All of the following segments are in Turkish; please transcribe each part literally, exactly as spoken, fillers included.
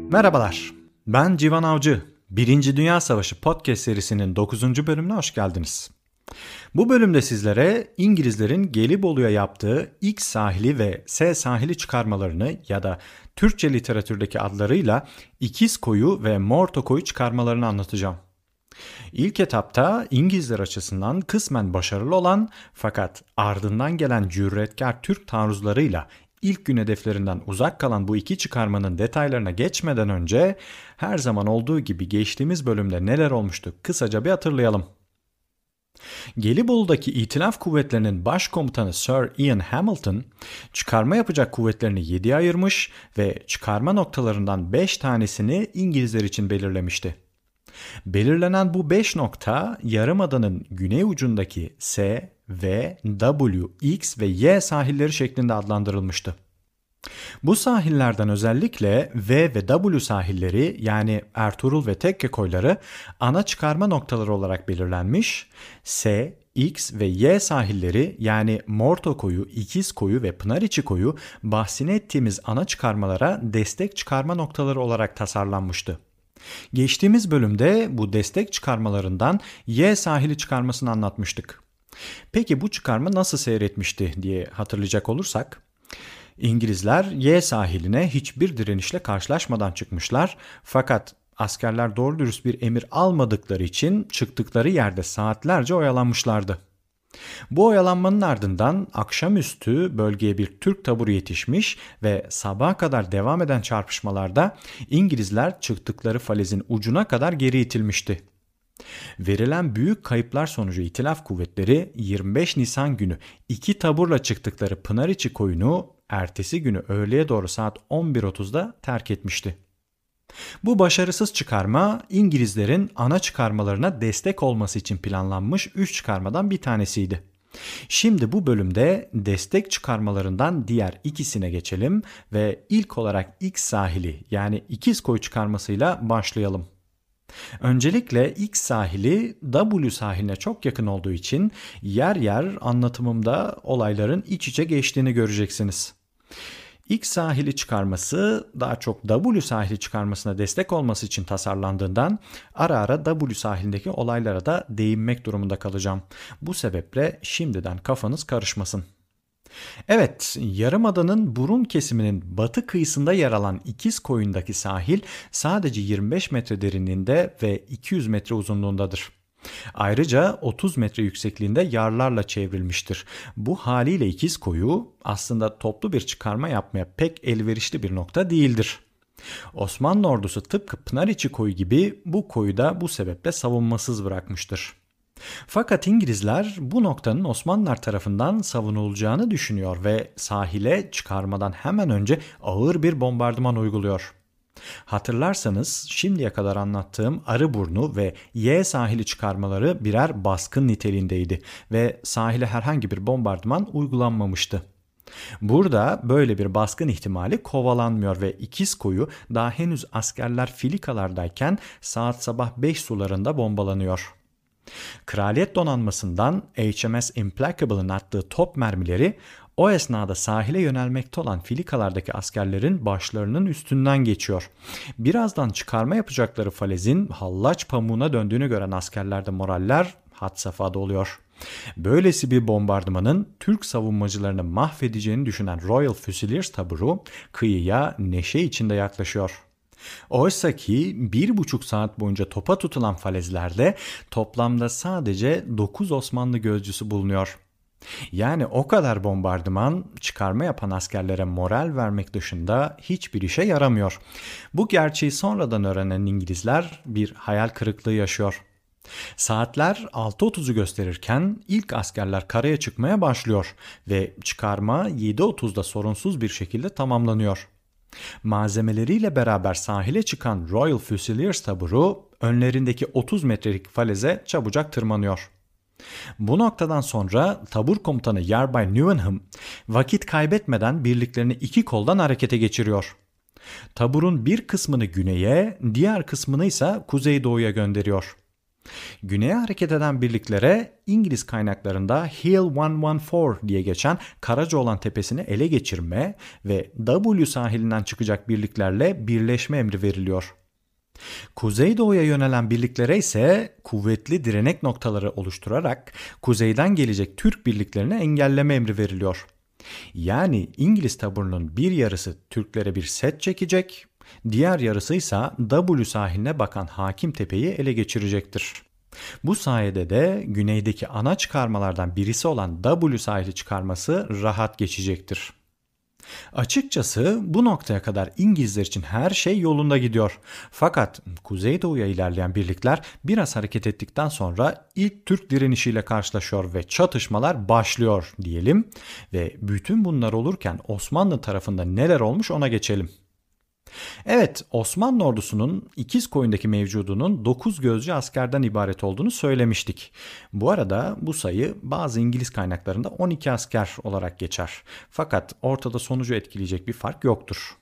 Merhabalar, ben Civan Avcı. Birinci Dünya Savaşı podcast serisinin dokuzuncu bölümüne hoş geldiniz. Bu bölümde sizlere İngilizlerin Gelibolu'ya yaptığı X sahili ve S sahili çıkarmalarını ya da Türkçe literatürdeki adlarıyla İkizkoyu ve Mortokoyu çıkarmalarını anlatacağım. İlk etapta İngilizler açısından kısmen başarılı olan fakat ardından gelen cüretkar Türk taarruzlarıyla İlk gün hedeflerinden uzak kalan bu iki çıkarmanın detaylarına geçmeden önce her zaman olduğu gibi geçtiğimiz bölümde neler olmuştu kısaca bir hatırlayalım. Gelibolu'daki İtilaf Kuvvetleri'nin başkomutanı Sir Ian Hamilton, çıkarma yapacak kuvvetlerini yediye ayırmış ve çıkarma noktalarından beş tanesini İngilizler için belirlemişti. Belirlenen bu beş nokta Yarımada'nın güney ucundaki S, V, W, X ve Y sahilleri şeklinde adlandırılmıştı. Bu sahillerden özellikle V ve W sahilleri yani Ertuğrul ve Tekke koyları ana çıkarma noktaları olarak belirlenmiş, S, X ve Y sahilleri yani Morto koyu, İkiz koyu ve Pınariçi koyu bahsini ettiğimiz ana çıkarmalara destek çıkarma noktaları olarak tasarlanmıştı. Geçtiğimiz bölümde bu destek çıkarmalarından Y sahili çıkarmasını anlatmıştık. Peki bu çıkarma nasıl seyretmişti diye hatırlayacak olursak, İngilizler Y sahiline hiçbir direnişle karşılaşmadan çıkmışlar fakat askerler doğru dürüst bir emir almadıkları için çıktıkları yerde saatlerce oyalanmışlardı. Bu oyalanmanın ardından akşamüstü bölgeye bir Türk taburu yetişmiş ve sabaha kadar devam eden çarpışmalarda İngilizler çıktıkları falezin ucuna kadar geri itilmişti. Verilen büyük kayıplar sonucu İtilaf Kuvvetleri yirmi beş Nisan günü iki taburla çıktıkları Pınariçi koyunu ertesi günü öğleye doğru saat on bir otuzda terk etmişti. Bu başarısız çıkarma İngilizlerin ana çıkarmalarına destek olması için planlanmış üç çıkarmadan bir tanesiydi. Şimdi bu bölümde destek çıkarmalarından diğer ikisine geçelim ve ilk olarak X sahili yani İkizkoyu çıkarmasıyla başlayalım. Öncelikle X sahili W sahiline çok yakın olduğu için yer yer anlatımımda olayların iç içe geçtiğini göreceksiniz. X sahili çıkarması daha çok W sahili çıkarmasına destek olması için tasarlandığından ara ara W sahilindeki olaylara da değinmek durumunda kalacağım. Bu sebeple şimdiden kafanız karışmasın. Evet, Yarımada'nın burun kesiminin batı kıyısında yer alan İkizkoyu'ndaki sahil sadece yirmi beş metre derinliğinde ve iki yüz metre uzunluğundadır. Ayrıca otuz metre yüksekliğinde yarlarla çevrilmiştir. Bu haliyle İkizkoyu aslında toplu bir çıkarma yapmaya pek elverişli bir nokta değildir. Osmanlı ordusu tıpkı Pınariçi koyu gibi bu koyu da bu sebeple savunmasız bırakmıştır. Fakat İngilizler bu noktanın Osmanlılar tarafından savunulacağını düşünüyor ve sahile çıkarmadan hemen önce ağır bir bombardıman uyguluyor. Hatırlarsanız şimdiye kadar anlattığım Arıburnu ve Y sahili çıkarmaları birer baskın niteliğindeydi ve sahile herhangi bir bombardıman uygulanmamıştı. Burada böyle bir baskın ihtimali kovalanmıyor ve İkizkoyu daha henüz askerler filikalardayken saat sabah beş sularında bombalanıyor. Kraliyet donanmasından H M S Implacable'ın attığı top mermileri o esnada sahile yönelmekte olan filikalardaki askerlerin başlarının üstünden geçiyor. Birazdan çıkarma yapacakları falezin hallaç pamuğuna döndüğünü gören askerlerde moraller had safhada oluyor. Böylesi bir bombardımanın Türk savunmacılarını mahvedeceğini düşünen Royal Fusiliers taburu kıyıya neşe içinde yaklaşıyor. Oysa ki bir buçuk saat boyunca topa tutulan falezlerde toplamda sadece dokuz Osmanlı gözcüsü bulunuyor. Yani o kadar bombardıman çıkarma yapan askerlere moral vermek dışında hiçbir işe yaramıyor. Bu gerçeği sonradan öğrenen İngilizler bir hayal kırıklığı yaşıyor. Saatler altı otuzu gösterirken ilk askerler karaya çıkmaya başlıyor ve çıkarma yedi otuzda sorunsuz bir şekilde tamamlanıyor. Malzemeleriyle beraber sahile çıkan Royal Fusiliers taburu önlerindeki otuz metrelik faleze çabucak tırmanıyor. Bu noktadan sonra tabur komutanı Yarbay Newenham vakit kaybetmeden birliklerini iki koldan harekete geçiriyor. Taburun bir kısmını güneye, diğer kısmını ise kuzeydoğuya gönderiyor. Güneye hareket eden birliklere İngiliz kaynaklarında Hill yüz on dört diye geçen Karacaoğlan Tepesi'ni ele geçirme ve W sahilinden çıkacak birliklerle birleşme emri veriliyor. Kuzeydoğuya yönelen birliklere ise kuvvetli direnek noktaları oluşturarak kuzeyden gelecek Türk birliklerini engelleme emri veriliyor. Yani İngiliz taburunun bir yarısı Türklere bir set çekecek, diğer yarısı ise W sahiline bakan Hakim Tepe'yi ele geçirecektir. Bu sayede de güneydeki ana çıkarmalardan birisi olan W sahili çıkarması rahat geçecektir. Açıkçası bu noktaya kadar İngilizler için her şey yolunda gidiyor. Fakat kuzeydoğuya ilerleyen birlikler biraz hareket ettikten sonra ilk Türk direnişiyle karşılaşıyor ve çatışmalar başlıyor diyelim. Ve bütün bunlar olurken Osmanlı tarafında neler olmuş ona geçelim. Evet, Osmanlı ordusunun İkizkoyun'daki mevcudunun dokuz gözcü askerden ibaret olduğunu söylemiştik. Bu arada bu sayı bazı İngiliz kaynaklarında on iki asker olarak geçer. Fakat ortada sonucu etkileyecek bir fark yoktur.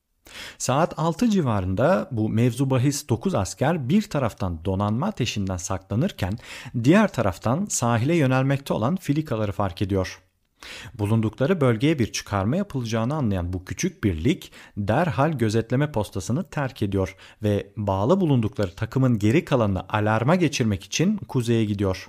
Saat altı civarında bu mevzu bahis dokuz asker bir taraftan donanma ateşinden saklanırken diğer taraftan sahile yönelmekte olan filikaları fark ediyor. Bulundukları bölgeye bir çıkarma yapılacağını anlayan bu küçük birlik derhal gözetleme postasını terk ediyor ve bağlı bulundukları takımın geri kalanını alarma geçirmek için kuzeye gidiyor.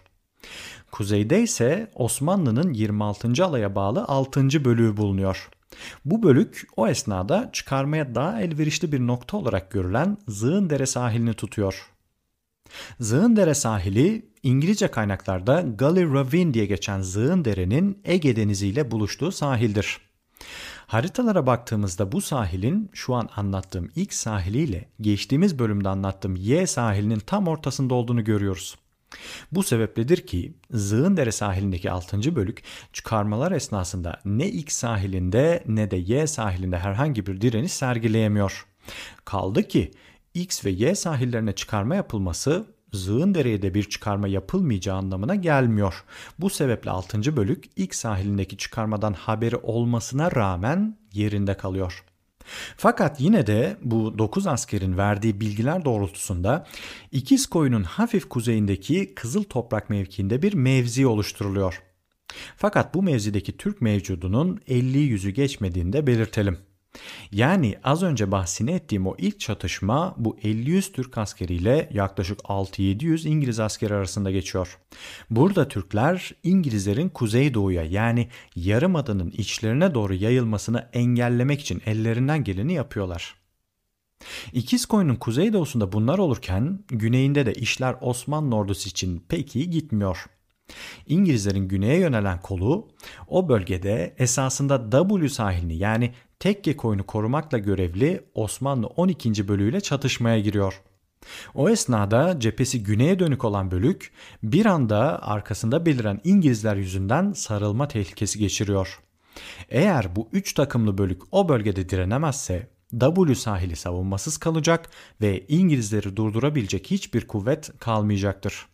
Kuzeyde ise Osmanlı'nın yirmi altıncı alaya bağlı altıncı bölüğü bulunuyor. Bu bölük o esnada çıkarmaya daha elverişli bir nokta olarak görülen Zığındere sahilini tutuyor. Zığındere sahili İngilizce kaynaklarda Gully Ravine diye geçen Zığındere'nin Ege Denizi ile buluştuğu sahildir. Haritalara baktığımızda bu sahilin şu an anlattığım X sahiliyle geçtiğimiz bölümde anlattığım Y sahilinin tam ortasında olduğunu görüyoruz. Bu sebepledir ki Zığındere sahilindeki altıncı bölük çıkarmalar esnasında ne X sahilinde ne de Y sahilinde herhangi bir direniş sergileyemiyor. Kaldı ki X ve Y sahillerine çıkarma yapılması Zığındere'ye de bir çıkarma yapılmayacağı anlamına gelmiyor. Bu sebeple altıncı bölük X sahilindeki çıkarmadan haberi olmasına rağmen yerinde kalıyor. Fakat yine de bu dokuz askerin verdiği bilgiler doğrultusunda İkizkoyun'un hafif kuzeyindeki Kızıl Toprak mevkiinde bir mevzi oluşturuluyor. Fakat bu mevzideki Türk mevcudunun elliyi yüzü geçmediğini de belirtelim. Yani az önce bahsini ettiğim o ilk çatışma bu elli yüz Türk askeriyle yaklaşık altı yedi yüz İngiliz askeri arasında geçiyor. Burada Türkler İngilizlerin kuzeydoğuya yani Yarımada'nın içlerine doğru yayılmasını engellemek için ellerinden geleni yapıyorlar. İkizkoyun'un kuzeydoğusunda bunlar olurken güneyinde de işler Osmanlı ordusu için pek iyi gitmiyor. İngilizlerin güneye yönelen kolu o bölgede esasında W sahilini yani Tekke koyunu korumakla görevli Osmanlı on ikinci bölüğüyle çatışmaya giriyor. O esnada cephesi güneye dönük olan bölük bir anda arkasında beliren İngilizler yüzünden sarılma tehlikesi geçiriyor. Eğer bu üç takımlı bölük o bölgede direnemezse W sahili savunmasız kalacak ve İngilizleri durdurabilecek hiçbir kuvvet kalmayacaktır.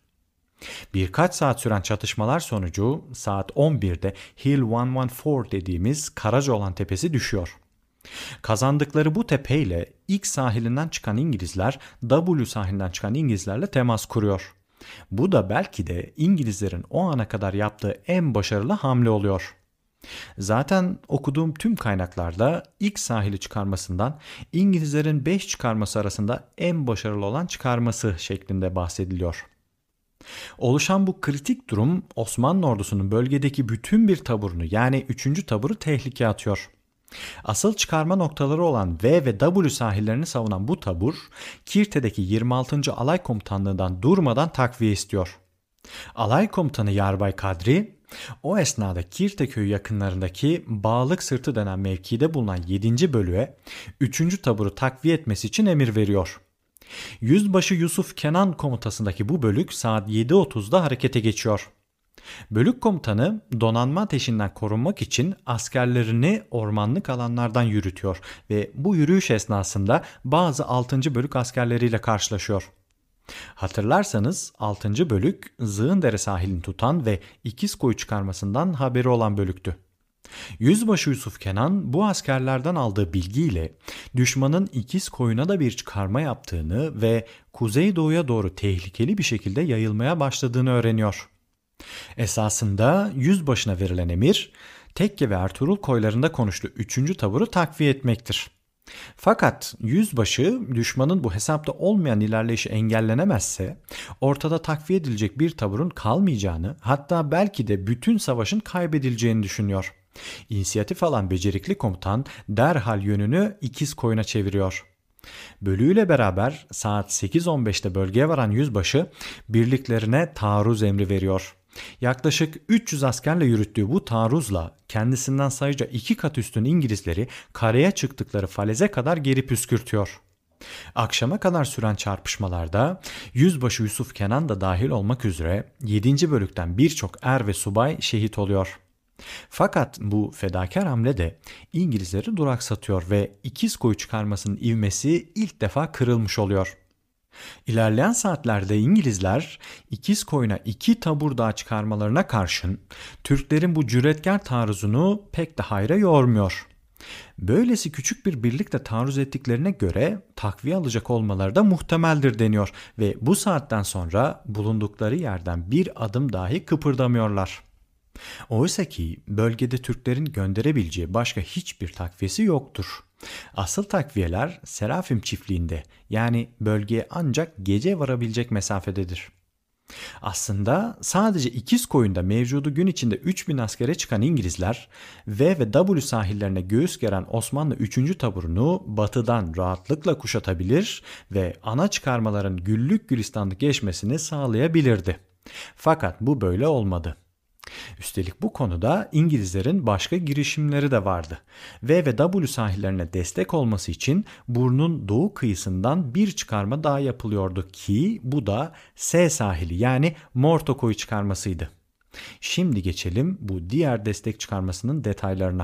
Birkaç saat süren çatışmalar sonucu saat on birde Hill yüz on dört dediğimiz Karacaoğlan Tepesi düşüyor. Kazandıkları bu tepeyle X sahilinden çıkan İngilizler W sahilinden çıkan İngilizlerle temas kuruyor. Bu da belki de İngilizlerin o ana kadar yaptığı en başarılı hamle oluyor. Zaten okuduğum tüm kaynaklarda X sahili çıkarmasından İngilizlerin beş çıkarması arasında en başarılı olan çıkarması şeklinde bahsediliyor. Oluşan bu kritik durum Osmanlı ordusunun bölgedeki bütün bir taburunu yani üçüncü taburu tehlikeye atıyor. Asıl çıkarma noktaları olan V ve W sahillerini savunan bu tabur Kirte'deki yirmi altıncı Alay Komutanlığı'ndan durmadan takviye istiyor. Alay Komutanı Yarbay Kadri o esnada Kirte köyü yakınlarındaki Bağlık Sırtı denen mevkide bulunan yedinci bölüğe üçüncü taburu takviye etmesi için emir veriyor. Yüzbaşı Yusuf Kenan komutasındaki bu bölük saat yedi otuzda harekete geçiyor. Bölük komutanı donanma ateşinden korunmak için askerlerini ormanlık alanlardan yürütüyor ve bu yürüyüş esnasında bazı altıncı bölük askerleriyle karşılaşıyor. Hatırlarsanız altıncı bölük Zığındere sahilini tutan ve İkizkoyu çıkarmasından haberi olan bölüktü. Yüzbaşı Yusuf Kenan bu askerlerden aldığı bilgiyle düşmanın ikiz koyuna da bir çıkarma yaptığını ve kuzeydoğuya doğru tehlikeli bir şekilde yayılmaya başladığını öğreniyor. Esasında yüzbaşına verilen emir, Tekke ve Ertuğrul koylarında konuştuğu üçüncü taburu takviye etmektir. Fakat yüzbaşı düşmanın bu hesapta olmayan ilerleyişi engellenemezse ortada takviye edilecek bir taburun kalmayacağını, hatta belki de bütün savaşın kaybedileceğini düşünüyor. İnisiyatif alan becerikli komutan derhal yönünü ikiz koyuna çeviriyor. Bölüğüyle beraber saat sekiz on beşte bölgeye varan yüzbaşı birliklerine taarruz emri veriyor. Yaklaşık üç yüz askerle yürüttüğü bu taarruzla kendisinden sayıca iki kat üstün İngilizleri karaya çıktıkları faleze kadar geri püskürtüyor. Akşama kadar süren çarpışmalarda Yüzbaşı Yusuf Kenan da dahil olmak üzere yedinci bölükten birçok er ve subay şehit oluyor. Fakat bu fedakar hamle de İngilizleri duraksatıyor ve ikiz koyu çıkarmasının ivmesi ilk defa kırılmış oluyor. İlerleyen saatlerde İngilizler ikiz koyuna iki tabur daha çıkarmalarına karşın Türklerin bu cüretkar taarruzunu pek de hayra yormuyor. Böylesi küçük bir birlikle taarruz ettiklerine göre takviye alacak olmaları da muhtemeldir deniyor ve bu saatten sonra bulundukları yerden bir adım dahi kıpırdamıyorlar. Oysa ki bölgede Türklerin gönderebileceği başka hiçbir takviyesi yoktur. Asıl takviyeler Serafim çiftliğinde, yani bölgeye ancak gece varabilecek mesafededir. Aslında sadece İkizkoyun'da mevcudu gün içinde üç bin askere çıkan İngilizler V ve W sahillerine göğüs geren Osmanlı üçüncü taburunu batıdan rahatlıkla kuşatabilir ve ana çıkarmaların güllük gülistanlık geçmesini sağlayabilirdi. Fakat bu böyle olmadı. Üstelik bu konuda İngilizlerin başka girişimleri de vardı. V ve W sahillerine destek olması için burnun doğu kıyısından bir çıkarma daha yapılıyordu ki bu da S sahili, yani Morto koyu çıkarmasıydı. Şimdi geçelim bu diğer destek çıkarmasının detaylarına.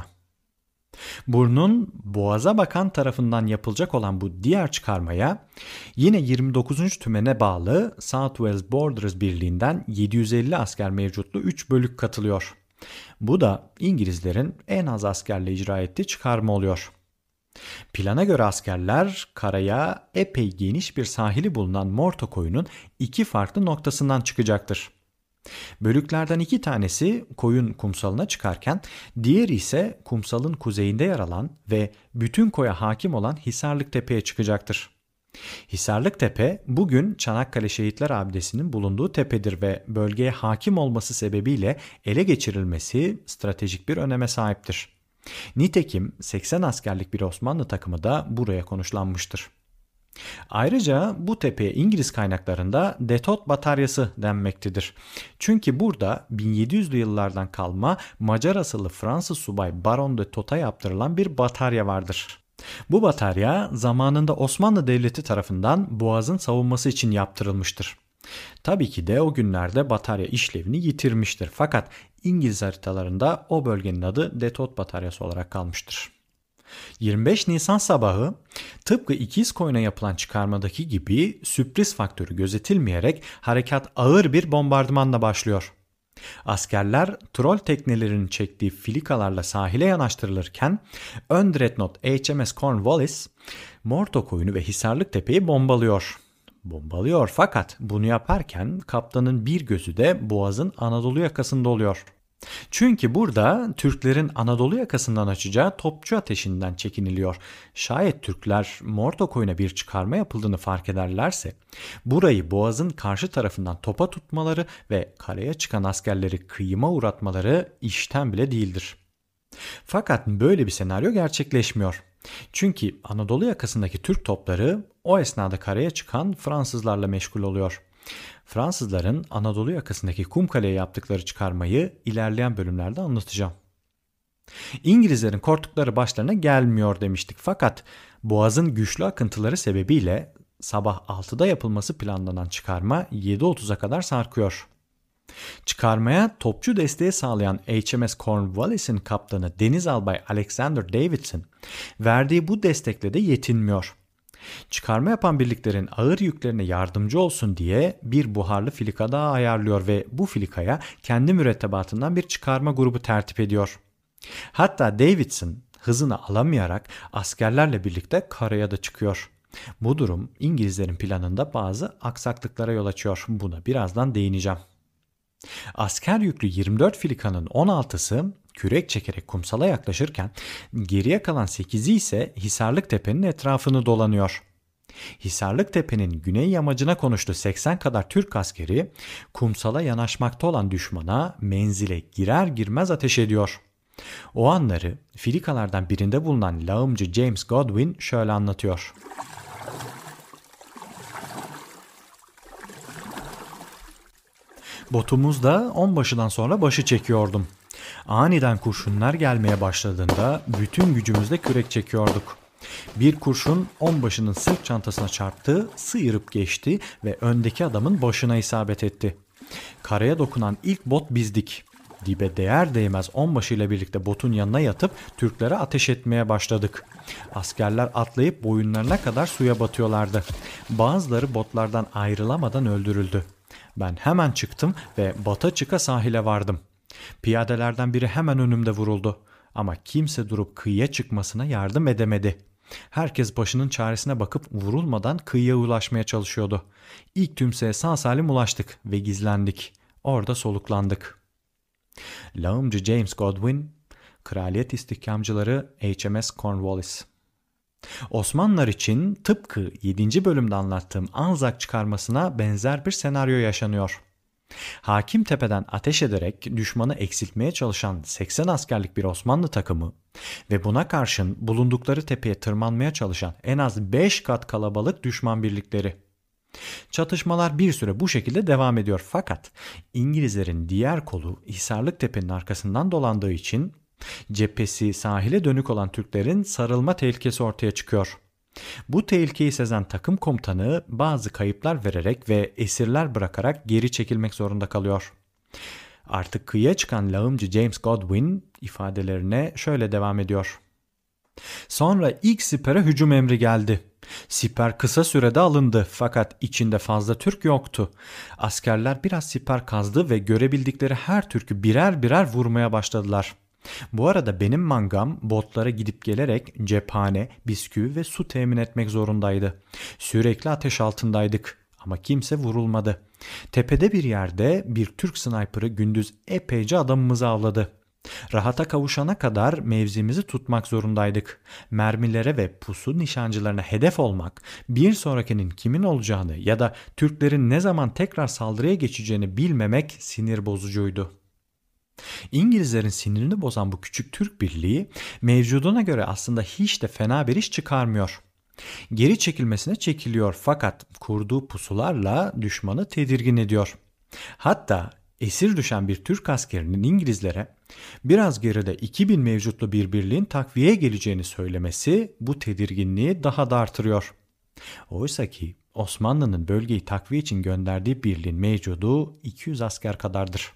Burnun boğaza bakan tarafından yapılacak olan bu diğer çıkarmaya yine yirmi dokuzuncu tümene bağlı South Wales Borders Birliği'nden yedi yüz elli asker mevcutlu üç bölük katılıyor. Bu da İngilizlerin en az askerle icra ettiği çıkarma oluyor. Plana göre askerler karaya epey geniş bir sahili bulunan Morto koyunun iki farklı noktasından çıkacaktır. Bölüklerden iki tanesi koyun kumsalına çıkarken diğeri ise kumsalın kuzeyinde yer alan ve bütün koya hakim olan Hisarlık Tepe'ye çıkacaktır. Hisarlık Tepe bugün Çanakkale Şehitler Abidesi'nin bulunduğu tepedir ve bölgeye hakim olması sebebiyle ele geçirilmesi stratejik bir öneme sahiptir. Nitekim seksen askerlik bir Osmanlı takımı da buraya konuşlanmıştır. Ayrıca bu tepeye İngiliz kaynaklarında Detot Bataryası denmektedir. Çünkü burada bin yedi yüzlü yıllardan kalma Macar asıllı Fransız subay Baron de Tot'a yaptırılan bir batarya vardır. Bu batarya zamanında Osmanlı Devleti tarafından Boğaz'ın savunması için yaptırılmıştır. Tabii ki de o günlerde batarya işlevini yitirmiştir. Fakat İngiliz haritalarında o bölgenin adı Detot Bataryası olarak kalmıştır. yirmi beş Nisan sabahı tıpkı İkizkoyun'a yapılan çıkarmadaki gibi sürpriz faktörü gözetilmeyerek harekat ağır bir bombardımanla başlıyor. Askerler trol teknelerinin çektiği filikalarla sahile yanaştırılırken ön dreadnought H M S Cornwallis, Morto koyunu ve Hisarlık Tepe'yi bombalıyor. Bombalıyor fakat bunu yaparken kaptanın bir gözü de Boğaz'ın Anadolu yakasında oluyor. Çünkü burada Türklerin Anadolu yakasından açacağı topçu ateşinden çekiniliyor. Şayet Türkler Morto koyuna bir çıkarma yapıldığını fark ederlerse burayı Boğaz'ın karşı tarafından topa tutmaları ve karaya çıkan askerleri kıyıma uğratmaları işten bile değildir. Fakat böyle bir senaryo gerçekleşmiyor. Çünkü Anadolu yakasındaki Türk topları o esnada karaya çıkan Fransızlarla meşgul oluyor. Fransızların Anadolu yakasındaki Kumkale'ye yaptıkları çıkarmayı ilerleyen bölümlerde anlatacağım. İngilizlerin korktukları başlarına gelmiyor demiştik fakat Boğaz'ın güçlü akıntıları sebebiyle sabah altıda yapılması planlanan çıkarma yedi otuza kadar sarkıyor. Çıkarmaya topçu desteği sağlayan H M S Cornwallis'in kaptanı Deniz Albay Alexander Davidson verdiği bu destekle de yetinmiyor. Çıkarma yapan birliklerin ağır yüklerine yardımcı olsun diye bir buharlı filika daha ayarlıyor ve bu filikaya kendi mürettebatından bir çıkarma grubu tertip ediyor. Hatta Davidson hızını alamayarak askerlerle birlikte karaya da çıkıyor. Bu durum İngilizlerin planında bazı aksaklıklara yol açıyor. Buna birazdan değineceğim. Asker yüklü yirmi dört filikanın on altısı kürek çekerek kumsala yaklaşırken geriye kalan sekizi ise Hisarlık Tepe'nin etrafını dolanıyor. Hisarlık Tepe'nin güney yamacına konuştu seksen kadar Türk askeri kumsala yanaşmakta olan düşmana menzile girer girmez ateş ediyor. O anları filikalardan birinde bulunan lağımcı James Godwin şöyle anlatıyor. Botumuzda onbaşıdan sonra başı çekiyordum. Aniden kurşunlar gelmeye başladığında bütün gücümüzle kürek çekiyorduk. Bir kurşun onbaşının sırt çantasına çarptı, sıyırıp geçti ve öndeki adamın başına isabet etti. Karaya dokunan ilk bot bizdik. Dibe değer değmez onbaşıyla birlikte botun yanına yatıp Türklere ateş etmeye başladık. Askerler atlayıp boyunlarına kadar suya batıyorlardı. Bazıları botlardan ayrılamadan öldürüldü. Ben hemen çıktım ve bata çıka sahile vardım. Piyadelerden biri hemen önümde vuruldu. Ama kimse durup kıyıya çıkmasına yardım edemedi. Herkes başının çaresine bakıp vurulmadan kıyıya ulaşmaya çalışıyordu. İlk tümseye sağ salim ulaştık ve gizlendik. Orada soluklandık. Lağımcı James Godwin, Kraliyet İstihkamcıları H M S Cornwallis. Osmanlılar için tıpkı yedinci bölümde anlattığım Anzak çıkarmasına benzer bir senaryo yaşanıyor. Hakim tepeden ateş ederek düşmanı eksiltmeye çalışan seksen askerlik bir Osmanlı takımı ve buna karşın bulundukları tepeye tırmanmaya çalışan en az beş kat kalabalık düşman birlikleri. Çatışmalar bir süre bu şekilde devam ediyor fakat İngilizlerin diğer kolu Hisarlık Tepe'nin arkasından dolandığı için cephesi sahile dönük olan Türklerin sarılma tehlikesi ortaya çıkıyor. Bu tehlikeyi sezen takım komutanı bazı kayıplar vererek ve esirler bırakarak geri çekilmek zorunda kalıyor. Artık kıyıya çıkan lağımcı James Godwin ifadelerine şöyle devam ediyor. Sonra ilk sipere hücum emri geldi. Siper kısa sürede alındı fakat içinde fazla Türk yoktu. Askerler biraz siper kazdı ve görebildikleri her Türk'ü birer birer vurmaya başladılar. Bu arada benim mangam botlara gidip gelerek cephane, bisküvi ve su temin etmek zorundaydı. Sürekli ateş altındaydık ama kimse vurulmadı. Tepede bir yerde bir Türk sniper'ı gündüz epeyce adamımızı avladı. Rahata kavuşana kadar mevzimizi tutmak zorundaydık. Mermilere ve pusu nişancılarına hedef olmak, bir sonrakinin kimin olacağını ya da Türklerin ne zaman tekrar saldırıya geçeceğini bilmemek sinir bozucuydu. İngilizlerin sinirini bozan bu küçük Türk birliği mevcuduna göre aslında hiç de fena bir iş çıkarmıyor. Geri çekilmesine çekiliyor fakat kurduğu pusularla düşmanı tedirgin ediyor. Hatta esir düşen bir Türk askerinin İngilizlere biraz geride iki bin mevcutlu bir birliğin takviyeye geleceğini söylemesi bu tedirginliği daha da artırıyor. Oysa ki Osmanlı'nın bölgeyi takviye için gönderdiği birliğin mevcudu iki yüz asker kadardır.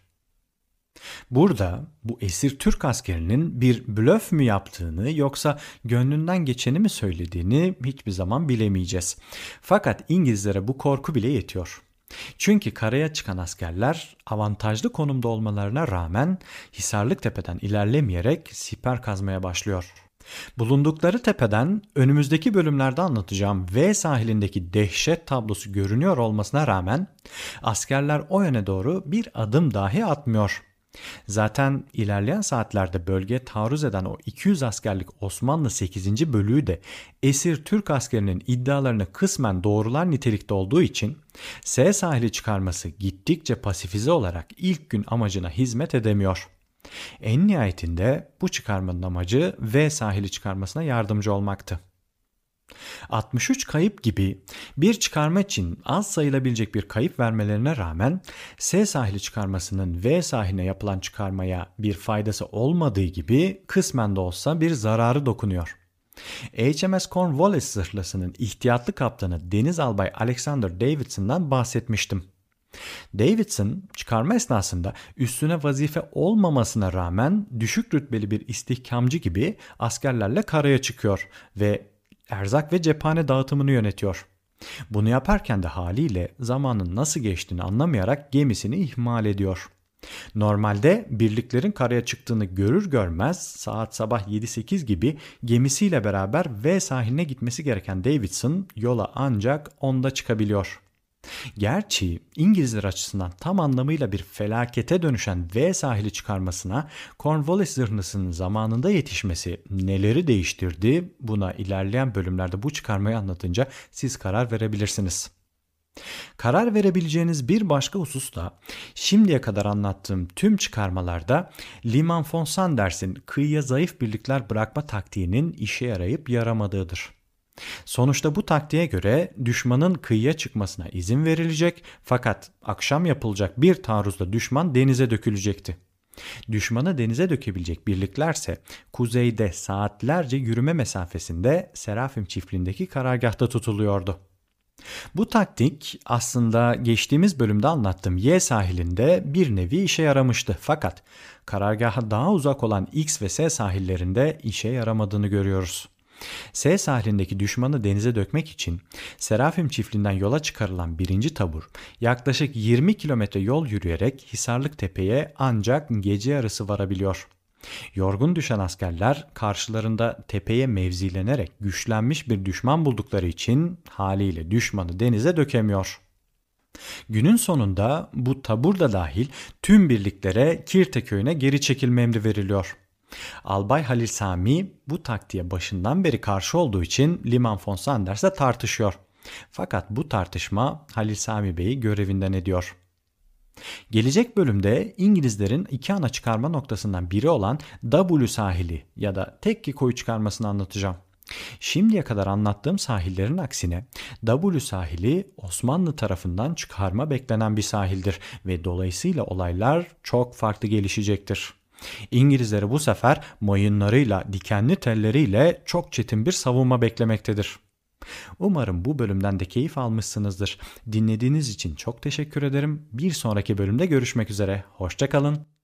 Burada bu esir Türk askerinin bir blöf mü yaptığını yoksa gönlünden geçeni mi söylediğini hiçbir zaman bilemeyeceğiz. Fakat İngilizlere bu korku bile yetiyor. Çünkü karaya çıkan askerler avantajlı konumda olmalarına rağmen Hisarlık Tepe'den ilerlemeyerek siper kazmaya başlıyor. Bulundukları tepeden önümüzdeki bölümlerde anlatacağım V sahilindeki dehşet tablosu görünüyor olmasına rağmen askerler o yöne doğru bir adım dahi atmıyor. Zaten ilerleyen saatlerde bölgeye taarruz eden o iki yüz askerlik Osmanlı sekizinci bölüğü de esir Türk askerinin iddialarını kısmen doğrular nitelikte olduğu için S sahili çıkarması gittikçe pasifize olarak ilk gün amacına hizmet edemiyor. En nihayetinde bu çıkarmanın amacı V sahili çıkarmasına yardımcı olmaktı. altmış üç kayıp gibi bir çıkarma için az sayılabilecek bir kayıp vermelerine rağmen S sahili çıkarmasının V sahiline yapılan çıkarmaya bir faydası olmadığı gibi kısmen de olsa bir zararı dokunuyor. H M S Cornwallis zırhlısının ihtiyatlı kaptanı Deniz Albay Alexander Davidson'dan bahsetmiştim. Davidson çıkarma esnasında üstüne vazife olmamasına rağmen düşük rütbeli bir istihkamcı gibi askerlerle karaya çıkıyor ve erzak ve cephane dağıtımını yönetiyor. Bunu yaparken de haliyle zamanın nasıl geçtiğini anlamayarak gemisini ihmal ediyor. Normalde birliklerin karaya çıktığını görür görmez saat sabah yedi sekiz gibi gemisiyle beraber V sahiline gitmesi gereken Davidson yola ancak onda çıkabiliyor. Gerçi İngilizler açısından tam anlamıyla bir felakete dönüşen V sahili çıkarmasına Cornwallis zırhlısının zamanında yetişmesi neleri değiştirdi, buna ilerleyen bölümlerde bu çıkarmayı anlatınca siz karar verebilirsiniz. Karar verebileceğiniz bir başka husus da şimdiye kadar anlattığım tüm çıkarmalarda Liman von Sanders'in kıyıya zayıf birlikler bırakma taktiğinin işe yarayıp yaramadığıdır. Sonuçta bu taktiğe göre düşmanın kıyıya çıkmasına izin verilecek fakat akşam yapılacak bir taarruzda düşman denize dökülecekti. Düşmanı denize dökebilecek birliklerse kuzeyde saatlerce yürüme mesafesinde Serafim çiftliğindeki karargahta tutuluyordu. Bu taktik aslında geçtiğimiz bölümde anlattığım Y sahilinde bir nevi işe yaramıştı fakat karargaha daha uzak olan X ve S sahillerinde işe yaramadığını görüyoruz. S sahilindeki düşmanı denize dökmek için Serafim çiftliğinden yola çıkarılan birinci tabur yaklaşık yirmi kilometre yol yürüyerek Hisarlık Tepe'ye ancak gece yarısı varabiliyor. Yorgun düşen askerler karşılarında tepeye mevzilenerek güçlenmiş bir düşman buldukları için haliyle düşmanı denize dökemiyor. Günün sonunda bu tabur da dahil tüm birliklere Kirte köyüne geri çekilme emri veriliyor. Albay Halil Sami bu taktiğe başından beri karşı olduğu için Liman von Sanders'le tartışıyor. Fakat bu tartışma Halil Sami Bey'i görevinden ediyor. Gelecek bölümde İngilizlerin iki ana çıkarma noktasından biri olan W sahili ya da Tekki koyu çıkarmasını anlatacağım. Şimdiye kadar anlattığım sahillerin aksine W sahili Osmanlı tarafından çıkarma beklenen bir sahildir ve dolayısıyla olaylar çok farklı gelişecektir. İngilizleri bu sefer mayınlarıyla, dikenli telleriyle çok çetin bir savunma beklemektedir. Umarım bu bölümden de keyif almışsınızdır. Dinlediğiniz için çok teşekkür ederim. Bir sonraki bölümde görüşmek üzere. Hoşça kalın.